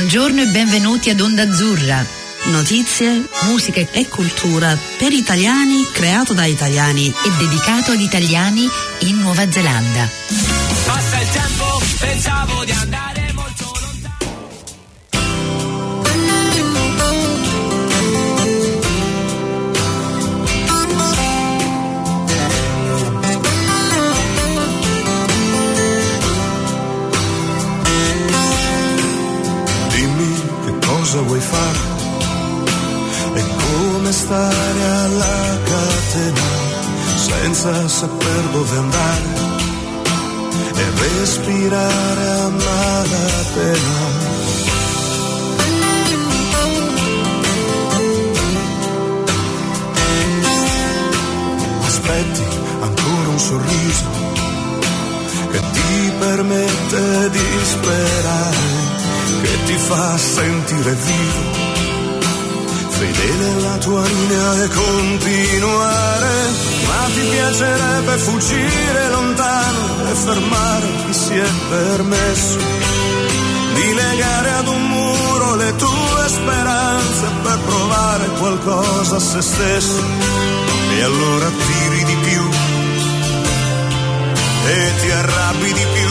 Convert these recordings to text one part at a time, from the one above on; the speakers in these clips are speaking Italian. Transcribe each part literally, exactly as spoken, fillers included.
Buongiorno e benvenuti ad Onda Azzurra. Notizie, musica e cultura per italiani, creato da italiani e dedicato ad italiani in Nuova Zelanda. Passa il tempo, pensavo di andare molto lontano. Dimmi che cosa vuoi fare e come stare alla catena senza saper dove andare e respirare a malapena. Aspetti ancora un sorriso che ti permette di sperare, che ti fa sentire vivo, fedele alla tua linea e continuare, ma ti piacerebbe fuggire lontano e fermare chi si è permesso di legare ad un muro le tue speranze per provare qualcosa a se stesso, e allora tiri di più e ti arrabbi di più.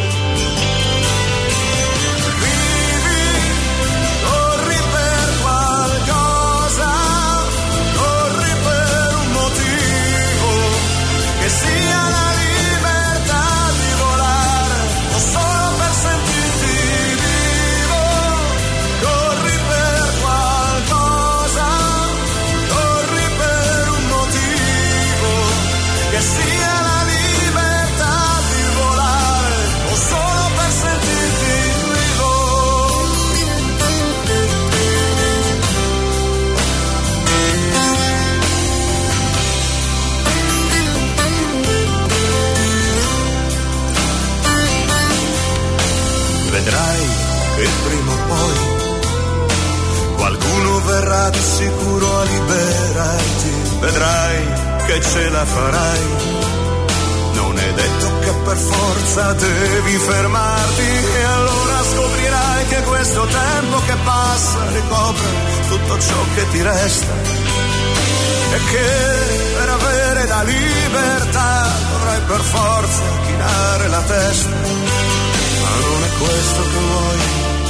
Vedrai che prima o poi qualcuno verrà di sicuro a liberarti, vedrai che ce la farai, non è detto che per forza devi fermarti, e allora scoprirai che questo tempo che passa ricopre tutto ciò che ti resta, e che per avere la libertà dovrai per forza chinare la testa. Ma non è questo che vuoi,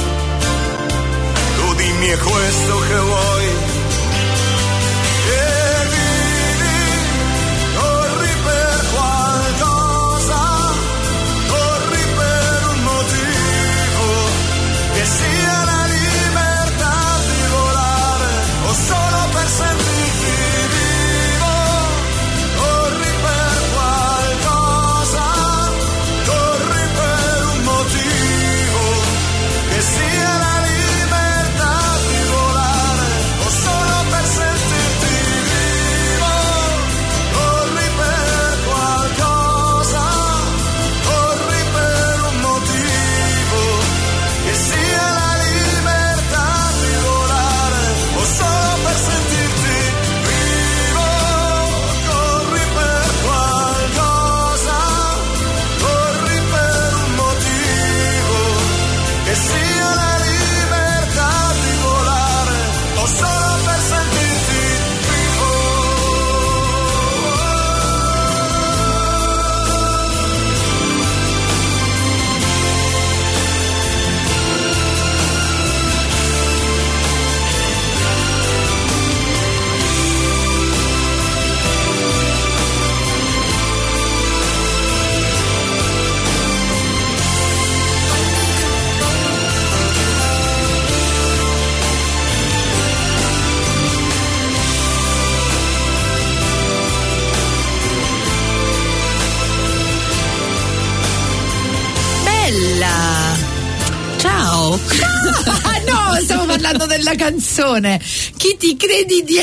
tu dimmi è questo che vuoi, e vivi, corri per qualcosa, corri per un motivo, che sia la libertà di volare o solo per sentirti vivo, corri per qualcosa, corri per un motivo, che sia la libertà di volare o solo per sentirti vivo, corri per qualcosa, corri per un motivo, che sia la libertà di volare o solo per sentirti vivo, corri per qualcosa, corri per un motivo, che sia la libertà di volare o solo per sentirti vivo. Bella! Ciao! Ah no, stavo parlando della canzone. Chi ti credi di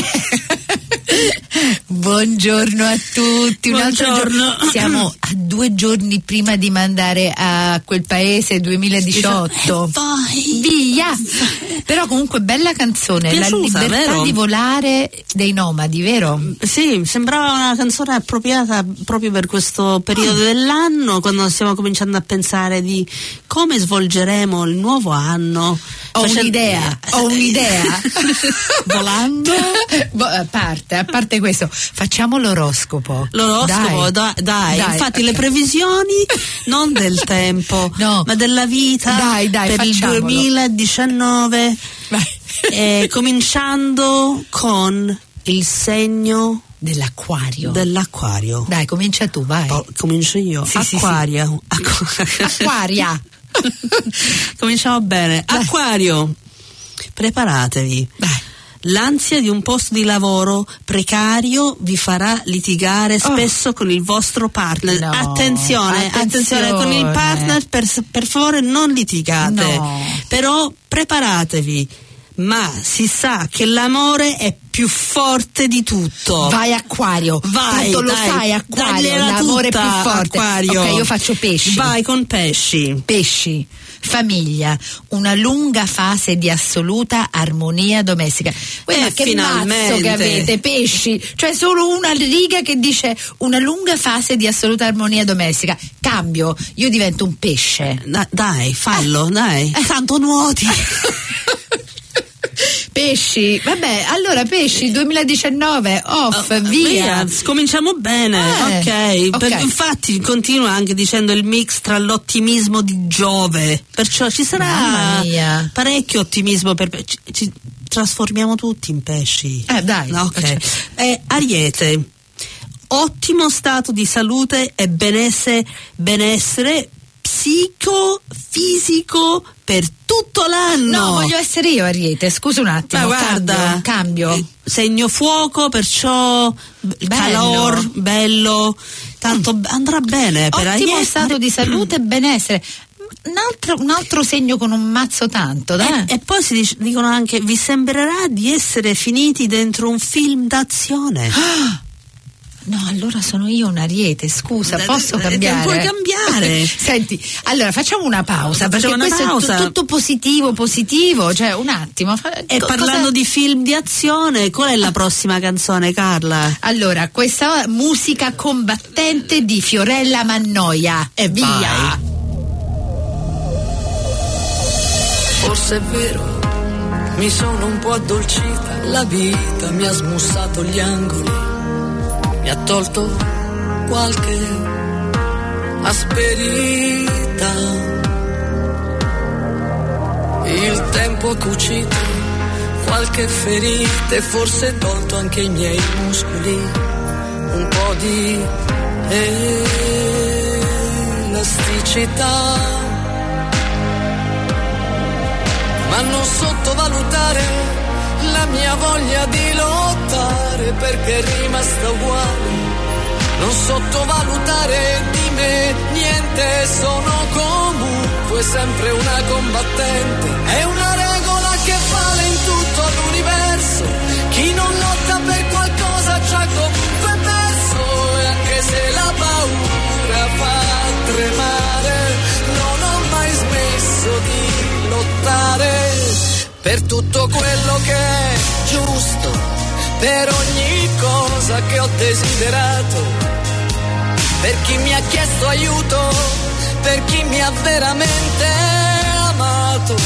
Buongiorno a tutti. Un altro Buongiorno. giorno. Siamo a due giorni prima di mandare a quel paese duemiladiciotto. E poi Via! Però comunque bella canzone, Piaciuta, la libertà vero? di volare dei nomadi, vero? Sì, sembrava una canzone appropriata proprio per questo periodo dell'anno, quando stiamo cominciando a pensare di come svolgeremo il nuovo anno. Ho Facendo... un'idea, ho un'idea. Volando. A parte, a parte questo, facciamo l'oroscopo. L'oroscopo, dai, da, dai. dai. Infatti Okay. le previsioni non del tempo, no, ma della vita dai, dai, per facciamolo. il duemiladiciannove, eh, cominciando con il segno dell'acquario. dell'acquario. Dai, comincia tu, vai. Oh, comincio io. Sì, sì, Acquario. sì. Acquaria. Cominciamo bene. Dai. Acquario, preparatevi. Dai. L'ansia di un posto di lavoro precario vi farà litigare spesso oh. con il vostro partner. No, attenzione, attenzione, attenzione, con il partner per, per favore non litigate. No. Però preparatevi, ma si sa che l'amore è più forte di tutto. Vai Acquario, vai, tutto lo dai, sai Acquario, dagliela l'amore è tutta, più forte. Acquario. Ok, io faccio pesci. Vai con pesci. Pesci, famiglia, una lunga fase di assoluta armonia domestica. Guarda Eh, che finalmente. mazzo che avete, pesci, cioè solo una riga che dice una lunga fase di assoluta armonia domestica. Cambio, io divento un pesce. Da, dai, fallo, eh. dai. Eh. Tanto nuoti. Pesci, vabbè, allora pesci duemiladiciannove off, oh, via. via. Cominciamo bene, eh, okay. ok. Per, infatti continua anche dicendo il mix tra l'ottimismo di Giove, perciò ci sarà parecchio ottimismo per ci, ci trasformiamo tutti in pesci. Eh dai. Ok. Okay. Eh, Ariete, ottimo stato di salute e benessere, benessere psicofisico per tutto l'anno. No, voglio essere io Ariete, scusa un attimo. Ma guarda, cambio, cambio. Segno fuoco, perciò bello. Calor, bello, tanto andrà bene per Ottimo Ariete. stato di salute e benessere. Un altro, un altro segno con un mazzo tanto, dai. E, e poi si dic- dicono anche vi sembrerà di essere finiti dentro un film d'azione. Ah! No, allora sono io un Ariete, scusa, posso da, da, cambiare? Puoi cambiare. Senti, allora facciamo una pausa, perché una questo pausa. è t- tutto positivo, positivo, cioè un attimo. E Co- parlando cosa... di film di azione, qual è la prossima canzone, Carla? Allora, questa musica combattente di Fiorella Mannoia, e via! Vai. Forse è vero, mi sono un po' addolcita, la vita mi ha smussato gli angoli, mi ha tolto qualche asperità. Il tempo ha cucito qualche ferita e forse tolto anche i miei muscoli, un po' di elasticità. Ma non sottovalutare la mia voglia di lottare, perché è rimasta uguale. Non sottovalutare di me niente, sono comunque sempre una combattente. È una regola che vale in tutto l'universo, chi non lotta per qualcosa già comunque perso. E anche se la paura fa tremare, non ho mai smesso di lottare per tutto quello che è giusto, per ogni cosa che ho desiderato, per chi mi ha chiesto aiuto, per chi mi ha veramente amato.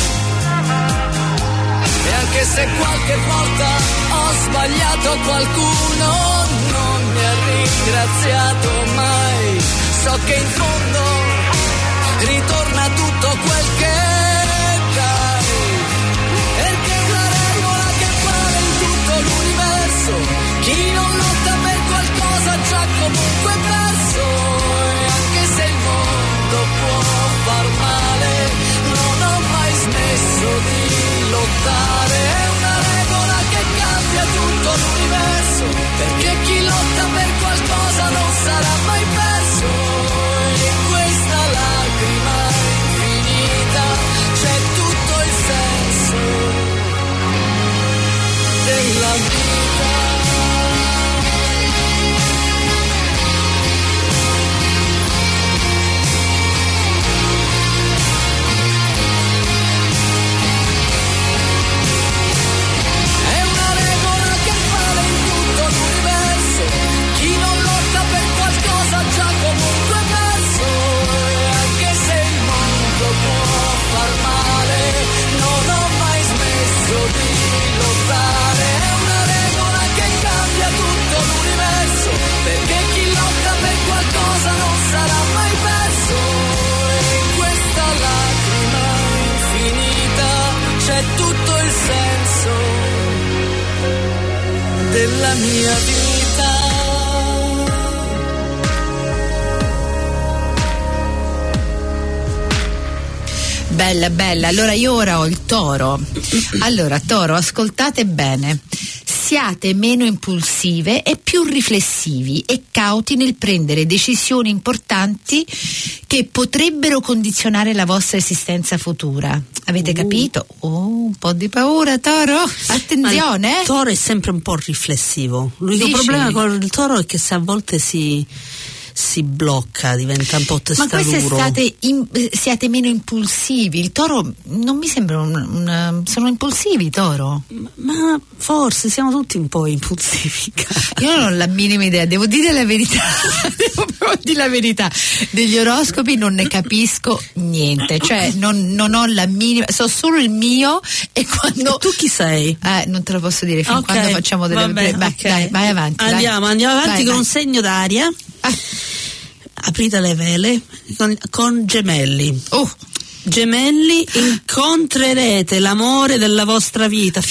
E anche se qualche volta ho sbagliato, qualcuno non mi ha ringraziato mai, so che in fondo ritorna tutto quel che dai, perché è una regola che vale in tutto l'universo, chi non lotta per qualcosa già comunque perso. E anche se il mondo può far male, non ho mai smesso di lottare. È una regola che cambia tutto l'universo, perché chi lotta per qualcosa non sarà mai perso. E in questa lacrima infinita c'è tutto il senso della vita. È una regola che vale in tutto l'universo, chi la mia vita. Bella, bella. Allora io ora ho il Toro. Allora, Toro, ascoltate bene. Siate meno impulsive e più riflessivi e cauti nel prendere decisioni importanti che potrebbero condizionare la vostra esistenza futura. Avete uh. capito? Oh, un po' di paura, Toro. Attenzione. Il Toro è sempre un po' riflessivo. L'unico Dici? problema con il Toro è che se a volte si si blocca, diventa un po' testarudo. Ma quest'estate in, siate meno impulsivi. Il Toro non mi sembra un, un sono impulsivi i Toro. Ma, ma forse siamo tutti un po' impulsivi. Io non ho la minima idea, devo dire la verità. Devo proprio dire la verità. Degli oroscopi non ne capisco niente, cioè non, non ho la minima, so solo il mio e quando. E tu chi sei? Eh, non te lo posso dire fin okay, quando facciamo delle vabbè, vai, okay. dai, vai avanti. Andiamo, vai. andiamo avanti vai, con vai. un segno d'aria. Ah. Aprite le vele con, con Gemelli. Oh. Gemelli, incontrerete l'amore della vostra vita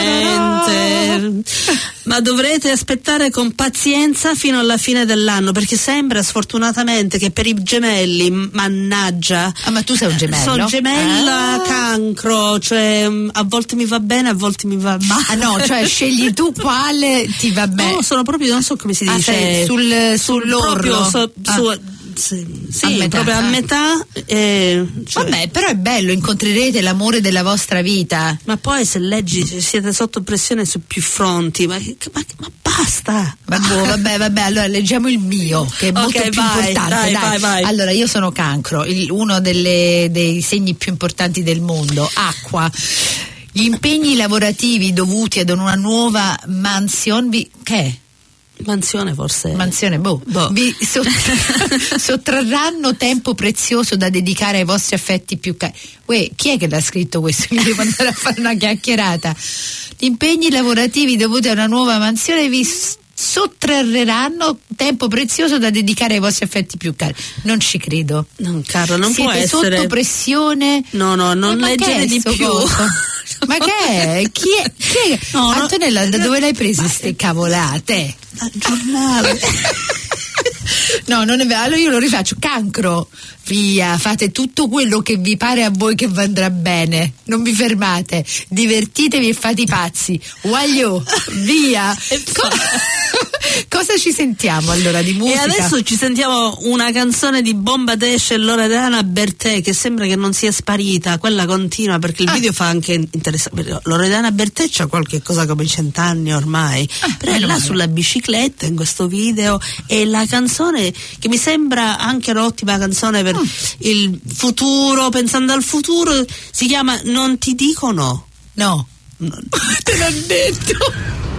finalmente, ma dovrete aspettare con pazienza fino alla fine dell'anno, perché sembra sfortunatamente che per i gemelli, mannaggia, ah, ma tu sei un gemello? Sono gemella ah. cancro, cioè a volte mi va bene, a volte mi va male. Ah no, cioè scegli tu quale ti va bene. No, sono proprio, non so come si ah, dice, sul, sull'orlo. So, ah. su, sì, sì a metà, proprio a ah. metà. Eh, cioè. Vabbè, però è bello, incontrerete l'amore della vostra vita. Ma poi se leggi siete sotto pressione su più fronti, ma, ma, ma basta. Vabbè, vabbè, vabbè, allora leggiamo il mio, che è okay, molto più vai, importante. Dai, dai. Vai, vai. Allora, io sono Cancro, il, uno delle, dei segni più importanti del mondo, acqua. Gli impegni lavorativi dovuti ad una nuova mansione vi... che è? Mansione forse. Mansione, boh. boh. Vi sottra- sottrarranno tempo prezioso da dedicare ai vostri affetti più cari. Uè, chi è che l'ha scritto questo? Mi devo andare a fare una chiacchierata. Gli impegni lavorativi dovuti a una nuova mansione vi sottrarranno tempo prezioso da dedicare ai vostri affetti più cari. Non ci credo. Non, Carlo, non Siete può essere. sotto pressione. No, no, non ma leggere di più. Ma che è? Chi è? Chi è? No, Antonella, no, da dove l'hai prese queste cavolate? Dal giornale. No, non è vero, allora io lo rifaccio. Cancro, via, fate tutto quello che vi pare a voi che vi andrà bene, non vi fermate, divertitevi e fate i pazzi. Waglio, via. Co- cosa ci sentiamo allora di musica? E adesso ci sentiamo una canzone di Bomba Desce e Loredana Bertè, che sembra che non sia sparita, quella continua, perché il ah. video fa anche interessante. Loredana Bertè c'ha qualche cosa come cent'anni ormai, ah, però è là male. Sulla bicicletta in questo video, e la canzone che mi sembra anche un'ottima canzone per mm. il futuro, pensando al futuro, si chiama Non ti dico no. No, no. Te l'ho detto.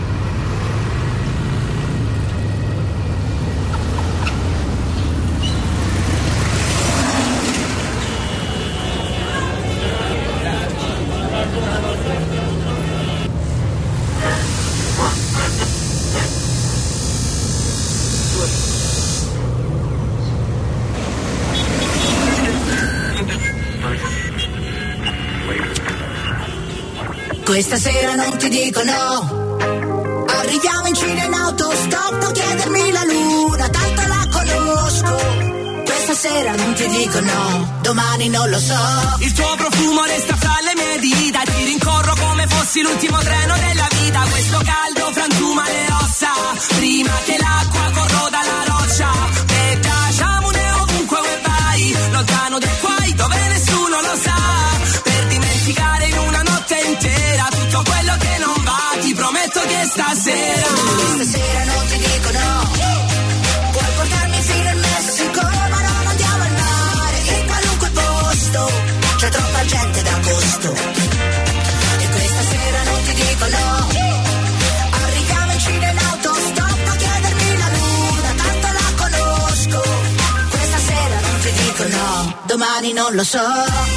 Questa sera non ti dico no, arriviamo in Cina in autostop, non chiedermi la luna, tanto la conosco. Questa sera non ti dico no, domani non lo so. Il tuo profumo resta fra le mie dita, ti rincorro come fossi l'ultimo treno della vita. Questo caldo frantuma le ossa, prima che l'acqua corroda la roccia. E cacciamone ovunque vai, lontano dai guai dove nessuno lo sa, per dimenticare in una notte intera tutto quello che non va. Ti prometto che stasera Stasera non ti dico no, puoi portarmi fino in Messico, ma non andiamo al mare, in qualunque posto c'è troppa gente d'agosto. E questa sera non ti dico no, arriviamo in Cina in autostop, non chiedermi la luna, tanto la conosco. Questa sera non ti dico no, domani non lo so.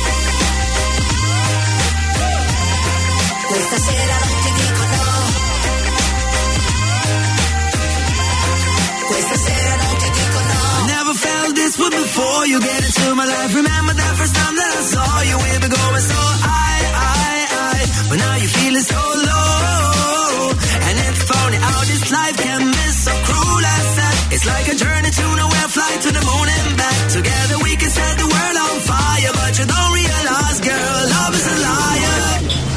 Questa sera non ti dico no, questa sera non ti dico no. I never felt this way before, you get into my life. Remember that first time that I saw you, we were going so high, high, high, but now you're feeling so low. And it's funny how this Together we can set the world on fire, but you don't realize, girl, love is a liar.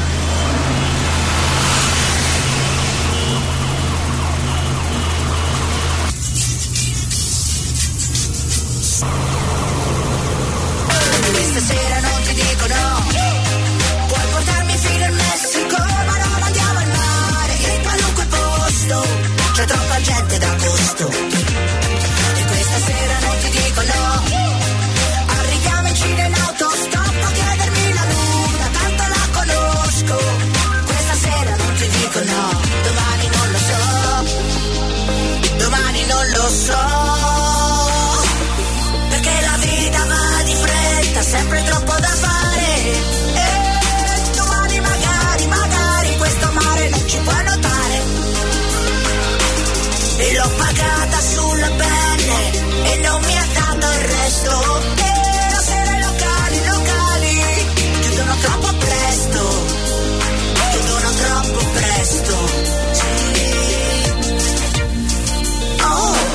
Questa sera non ti dico no, puoi portarmi fino al Messico, ma non andiamo al mare, in qualunque posto, c'è troppa gente d'agosto. E questa sera non ti dico no, arriviamoci in autostop a chiedermi la luna, tanto la conosco. Questa sera non ti dico no, domani non lo so, domani non lo so. Sempre troppo da fare, e domani magari, magari questo mare non ci puoi notare. E l'ho pagata sulla pelle e non mi ha dato il resto. E la sera i locali, locali chiudono troppo presto, chiudono troppo presto. Sì. Oh.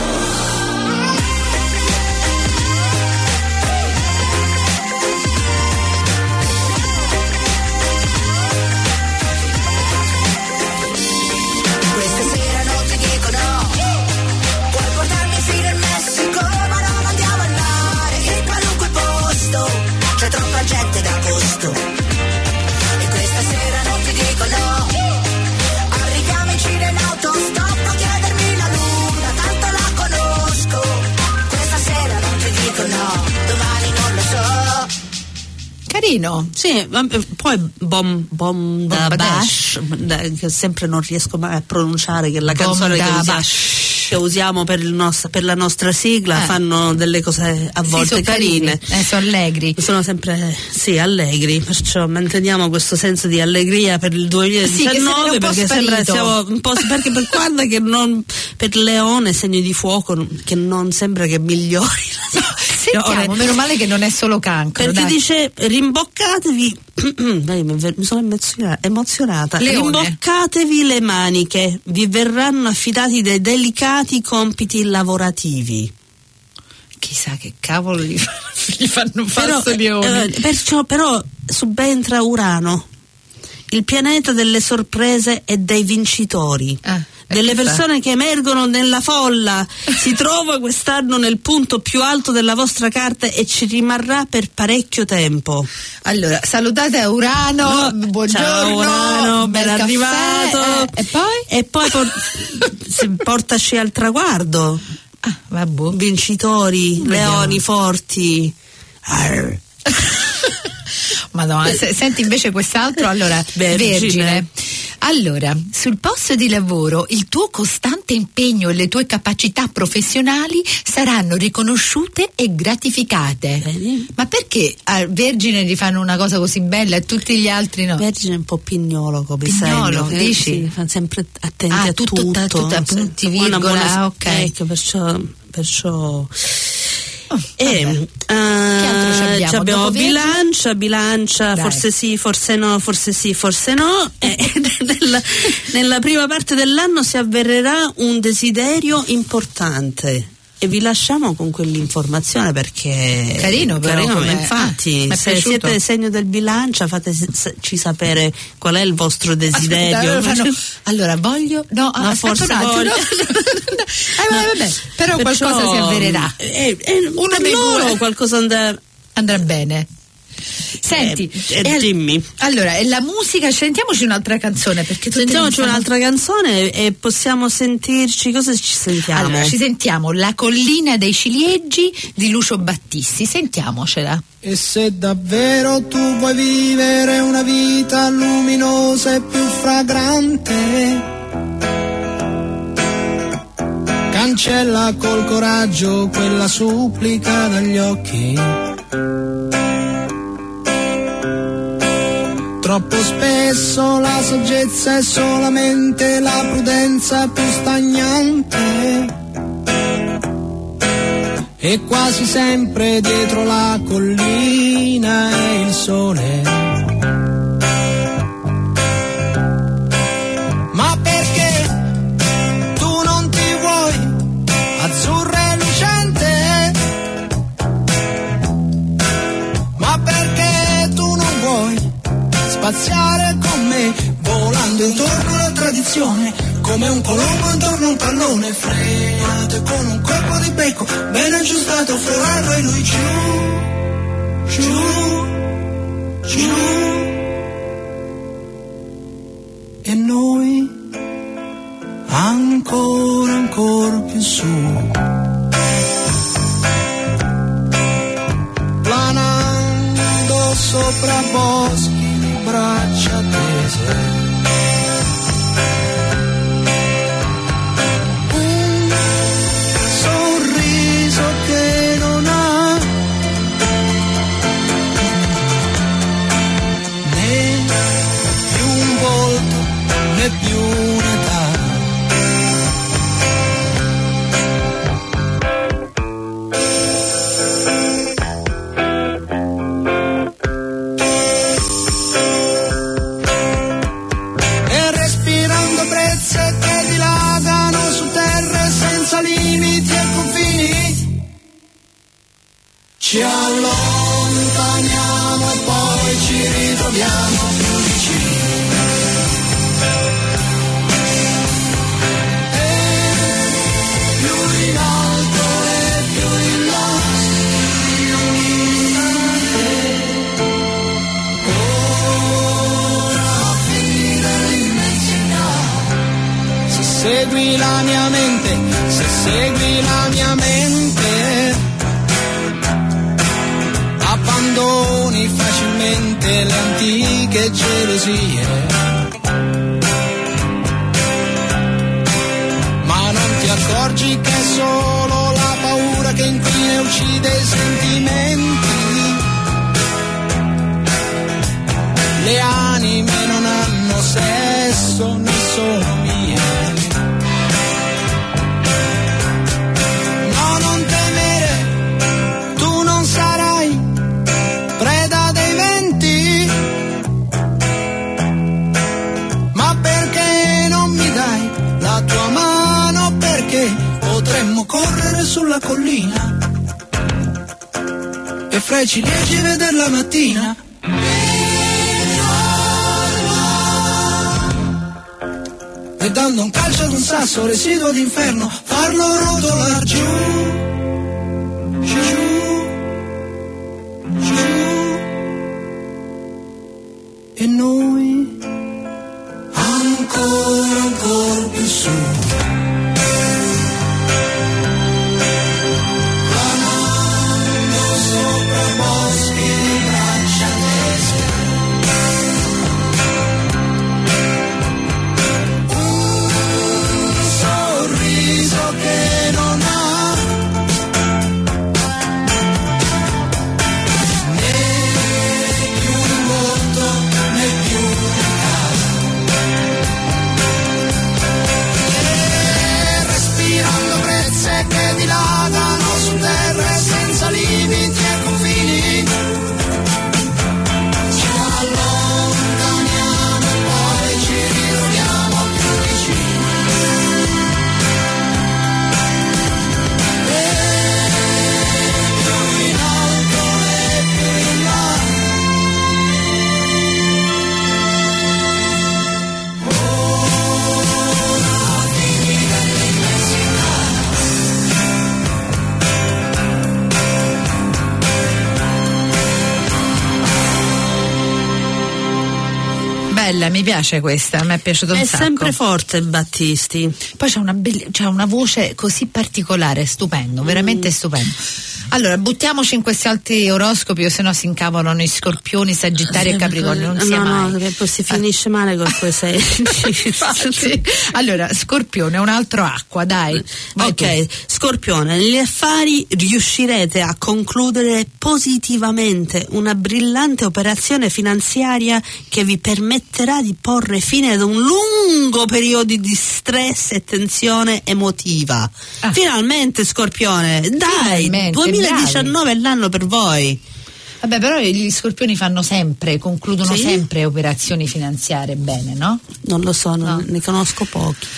C'è troppa gente d'agosto. E questa sera non ti dico no, arriviamoci in autostop a chiedermi la luna, tanto la conosco. Questa sera non ti dico no, domani non lo so. Carino. Sì, poi Bom Bom da Bash, che sempre non riesco mai a pronunciare, che è la Bom canzone che, da usia, Bash. che usiamo per, il nostro, per la nostra sigla, eh. fanno delle cose a volte sì, sono carine. Eh, sono allegri. Sono sempre sì, allegri, perciò manteniamo questo senso di allegria per il duemiladiciannove, sì, perché sembra siamo un po' perché per guarda che non per Leone segno di fuoco che non sembra che migliori. Sentiamo, meno male che non è solo cancro. Perché dai. dice rimboccatevi dai, mi sono emozionata. Leone. Rimboccatevi le maniche, vi verranno affidati dei delicati compiti lavorativi. Chissà che cavolo gli, gli fanno fare sto però, leone. eh, perciò però subentra Urano, il pianeta delle sorprese e dei vincitori. Ah. Delle persone che emergono nella folla. Si trova quest'anno nel punto più alto della vostra carta e ci rimarrà per parecchio tempo. Allora, salutate a Urano, No, buongiorno, ciao Urano, ben caffè, arrivato. eh, e poi? E poi por- portaci al traguardo. Ah, vabbè. Vincitori, Vediamo. leoni forti. Arr. Madonna, se, senti invece quest'altro, allora, Vergine. vergine. Allora, sul posto di lavoro il tuo costante impegno e le tue capacità professionali saranno riconosciute e gratificate. Bene. Ma perché a Vergine gli fanno una cosa così bella e tutti gli altri no? Vergine è un po' pignolo come Pignolo, segno, eh, dici? sì, fa sempre attenti Ah, a tutto, tutto, tutto, a punti, Una virgola, buona- ah, ok. Ecco, perciò, perciò Oh, e vabbè. eh, Che altro ci abbiamo? ci abbiamo Dopo Vergine? bilancia, bilancia, Dai. forse sì, forse no, forse sì, forse no. E nella, nella prima parte dell'anno si avvererà un desiderio importante. E vi lasciamo con quell'informazione perché Carino, però, carino, come- infatti ah, m'è se piaciuto. siete segno del bilancia fateci sapere qual è il vostro desiderio. Aspetta, allora, fanno- allora, voglio no, No, aspetta forse un attimo, voglio. no. Eh, vabbè, vabbè, però Perciò, qualcosa si avvererà. eh, eh, Uno per dei loro due qualcosa andrà. andrà bene. Senti, Eh, e al- dimmi. allora, e la musica, sentiamoci un'altra canzone perché tutte Sentiamoci non fanno- un'altra canzone e possiamo sentirci. Cosa ci sentiamo? Allora, ci sentiamo La collina dei ciliegi di Lucio Battisti, sentiamocela. E se davvero tu vuoi vivere una vita luminosa e più fragrante, cancella col coraggio quella supplica dagli occhi. Troppo spesso la saggezza è solamente la prudenza più stagnante. E quasi sempre dietro la collina è il sole. Ma perché tu non ti vuoi azzurra e lucente? spaziare con me, volando intorno alla tradizione, come un colombo intorno a un pallone, frenato con un colpo di becco, ben aggiustato, Ferraro e lui giù, giù, giù, e noi ancora, ancora più su, planando sopra boschi, braccia tese. Un sorriso che non ha né più un volto né più un'età. Limiti e confini, ci allontaniamo e poi ci ritroviamo più vicini. E più in alto e più in là, ora finire l'immensità. Se segui la mia mente, se segui la mia mente, abbandoni facilmente le antiche gelosie, ma non ti accorgi che è solo la paura che infine uccide i sentimenti. Le anime non hanno sesso né sono mie. Preda dei venti, ma perché non mi dai la tua mano? Perché potremmo correre sulla collina e fra i ciliegi vedere la mattina. E dando un calcio ad un sasso residuo d'inferno, farlo rotolar giù, giù. E noi ancora, ancora più su, planando sopra boschi di braccia tese. Un sorriso che non ha che dilagano su terre senza limiti e confini, ci allontaniamo e poi ci ritroviamo più vicini. E più in alto e più in là, ora finire l'immensità. Bella, mi piace questa, a me è piaciuto un È sacco. sempre forte Battisti. Poi c'è una, bella, c'è una voce così particolare, stupendo, veramente Mm. stupendo. Allora, buttiamoci in questi altri oroscopi, o se no si incavolano i Scorpioni, Sagittari e Capricorni, non sia no, mai. no, che poi si finisce male con quei sei. Infatti. Allora, Scorpione, un altro acqua, dai. Vai Ok, tu. Scorpione, negli affari riuscirete a concludere positivamente una brillante operazione finanziaria che vi permetterà di porre fine ad un lungo periodo di stress e tensione emotiva. Ah. Finalmente, Scorpione, dai, Finalmente, duemiladiciannove è l'anno per voi. Vabbè, però gli Scorpioni fanno sempre, concludono Sì? sempre operazioni finanziarie bene, no? Non lo so, non, No. ne conosco pochi.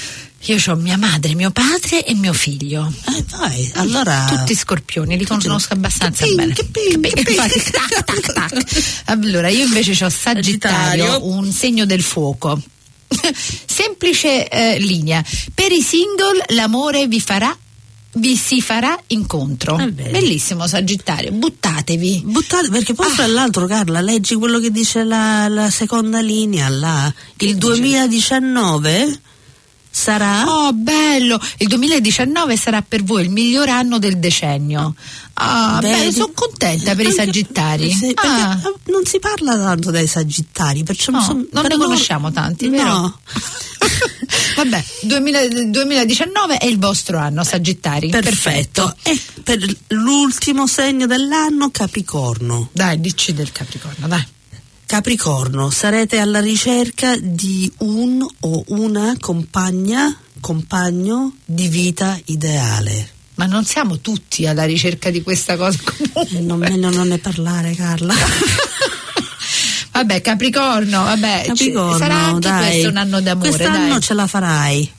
Io ho mia madre, mio padre e mio figlio. Eh vai, allora. Tutti scorpioni, li conosco abbastanza Che bene. che ping, che ping. Tac, tac, tac. Allora, io invece ho Sagittario, Sagittario. un segno del fuoco. Semplice eh, linea. Per i single l'amore vi farà vi si farà incontro. Eh beh. Bellissimo Sagittario, buttatevi. Buttate, perché poi Ah. fra l'altro, Carla, leggi quello che dice la, la seconda linea là. Il duemiladiciannove sarà. Oh, bello! Il duemiladiciannove sarà per voi il miglior anno del decennio. Ah, Vedi? bello, sono contenta per i Anche- Sagittari. sì, perché Ah. non si parla tanto dei Sagittari, perciò No, son- non per ne loro- conosciamo tanti, vero? No. Vabbè, duemila duemiladiciannove è il vostro anno, Sagittari. Perfetto. E per l'ultimo segno dell'anno, Capricorno. Dai, dici del Capricorno, dai. Capricorno, sarete alla ricerca di un o una compagna, compagno di vita ideale. Ma non siamo tutti alla ricerca di questa cosa comunque. Non meglio non ne parlare, Carla. Vabbè, Capricorno, vabbè, Capricorno, ci- sarà anche dai. questo un anno d'amore, Quest'anno dai. ce la farai.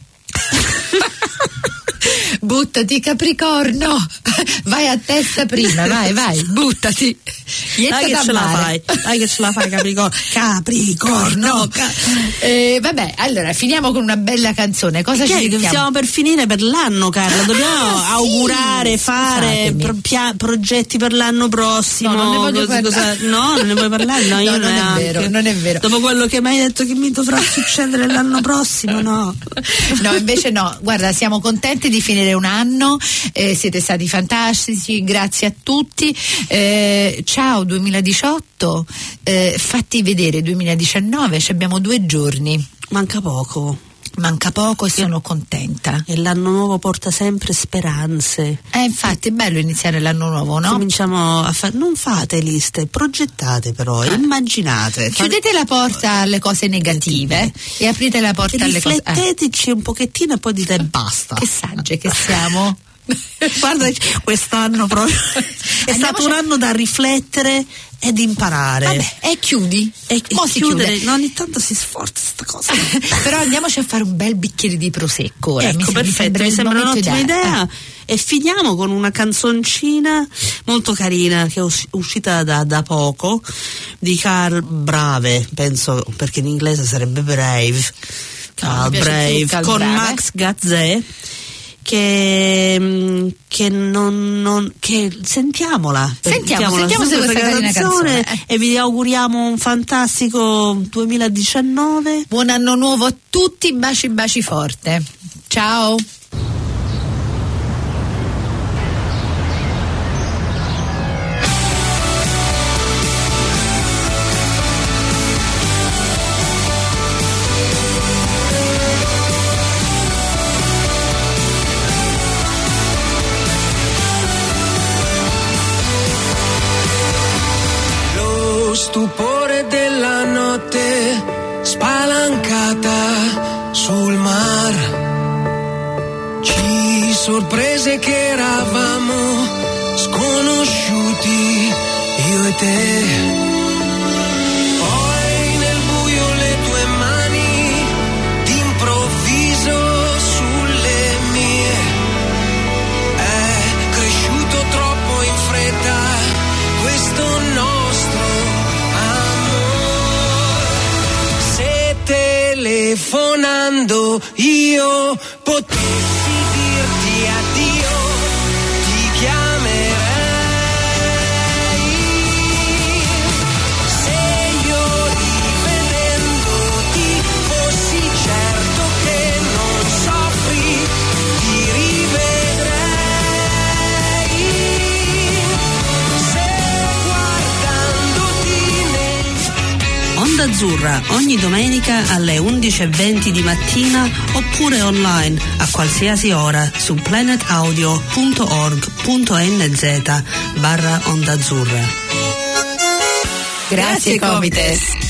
Buttati Capricorno, vai a testa prima, vai, vai, buttati. Ietta Dai che da ce la mare. fai, dai che ce la fai, Capricorno. Capricorno. Ca- Eh, vabbè, allora finiamo con una bella canzone. Cosa Che ci mettiamo? stiamo per finire per l'anno, Carla. Dobbiamo Ah, sì, augurare, fare scusatemi. pro- pia- progetti per l'anno prossimo. No, non ne voglio Così- parlare. cosa- no, non ne vuoi parlare? No, No, io non è neanche. vero, non è vero. Dopo quello che mi hai detto che mi dovrà succedere l'anno prossimo, no. No, invece no, guarda, siamo contenti di finire un anno, eh, siete stati fantastici, grazie a tutti. Eh, ciao duemiladiciotto, eh, fatti vedere duemiladiciannove, ci abbiamo due giorni, Manca poco. manca poco e sono contenta. E l'anno nuovo porta sempre speranze. Eh, infatti è bello iniziare l'anno nuovo, no? Cominciamo a fare. Non fate liste, progettate però, immaginate. Chiudete la porta alle cose negative e aprite la porta alle cose... ah, Rifletteteci un pochettino e poi dite basta. che sagge che siamo. Guarda, quest'anno proprio è Andiamoci stato un a- anno da riflettere ed imparare. Vabbè, e chiudi. e, e Mo si chiudere, chiude. no, ogni tanto si sforza sta cosa. Però andiamoci a fare un bel bicchiere di prosecco ora. Ecco, mi, sem- perfetto, mi il sembra momento un'ottima ideale. idea. E finiamo con una canzoncina molto carina che è us- uscita da, da poco di Carl Brave, penso, perché in inglese sarebbe Brave. Carl mi piace Brave più Carl con Brave. Max Gazzè. Che, mm, che non, non che sentiamola Sentiamo, sentiamo se questa questa carina canzone. e vi auguriamo un fantastico duemiladiciannove. Buon anno nuovo a tutti, baci baci forte. Ciao. Lo stupore della notte spalancata sul mar ci sorprese che eravamo sconosciuti, io e te. Poi nel buio le tue mani d'improvviso sulle mie. È cresciuto troppo in fretta questo nostro amore. Se telefonando io potessi dirti addio, ti chiamerei. Se io rivedendoti fossi certo che non soffri, ti rivedrei. Se guardandoti negli Onda Azzurra ogni domenica alle undici e venti di mattina oppure online a qualsiasi ora su planetaudio punto org punto nz barra Onda Azzurra. Grazie, Grazie, Comites.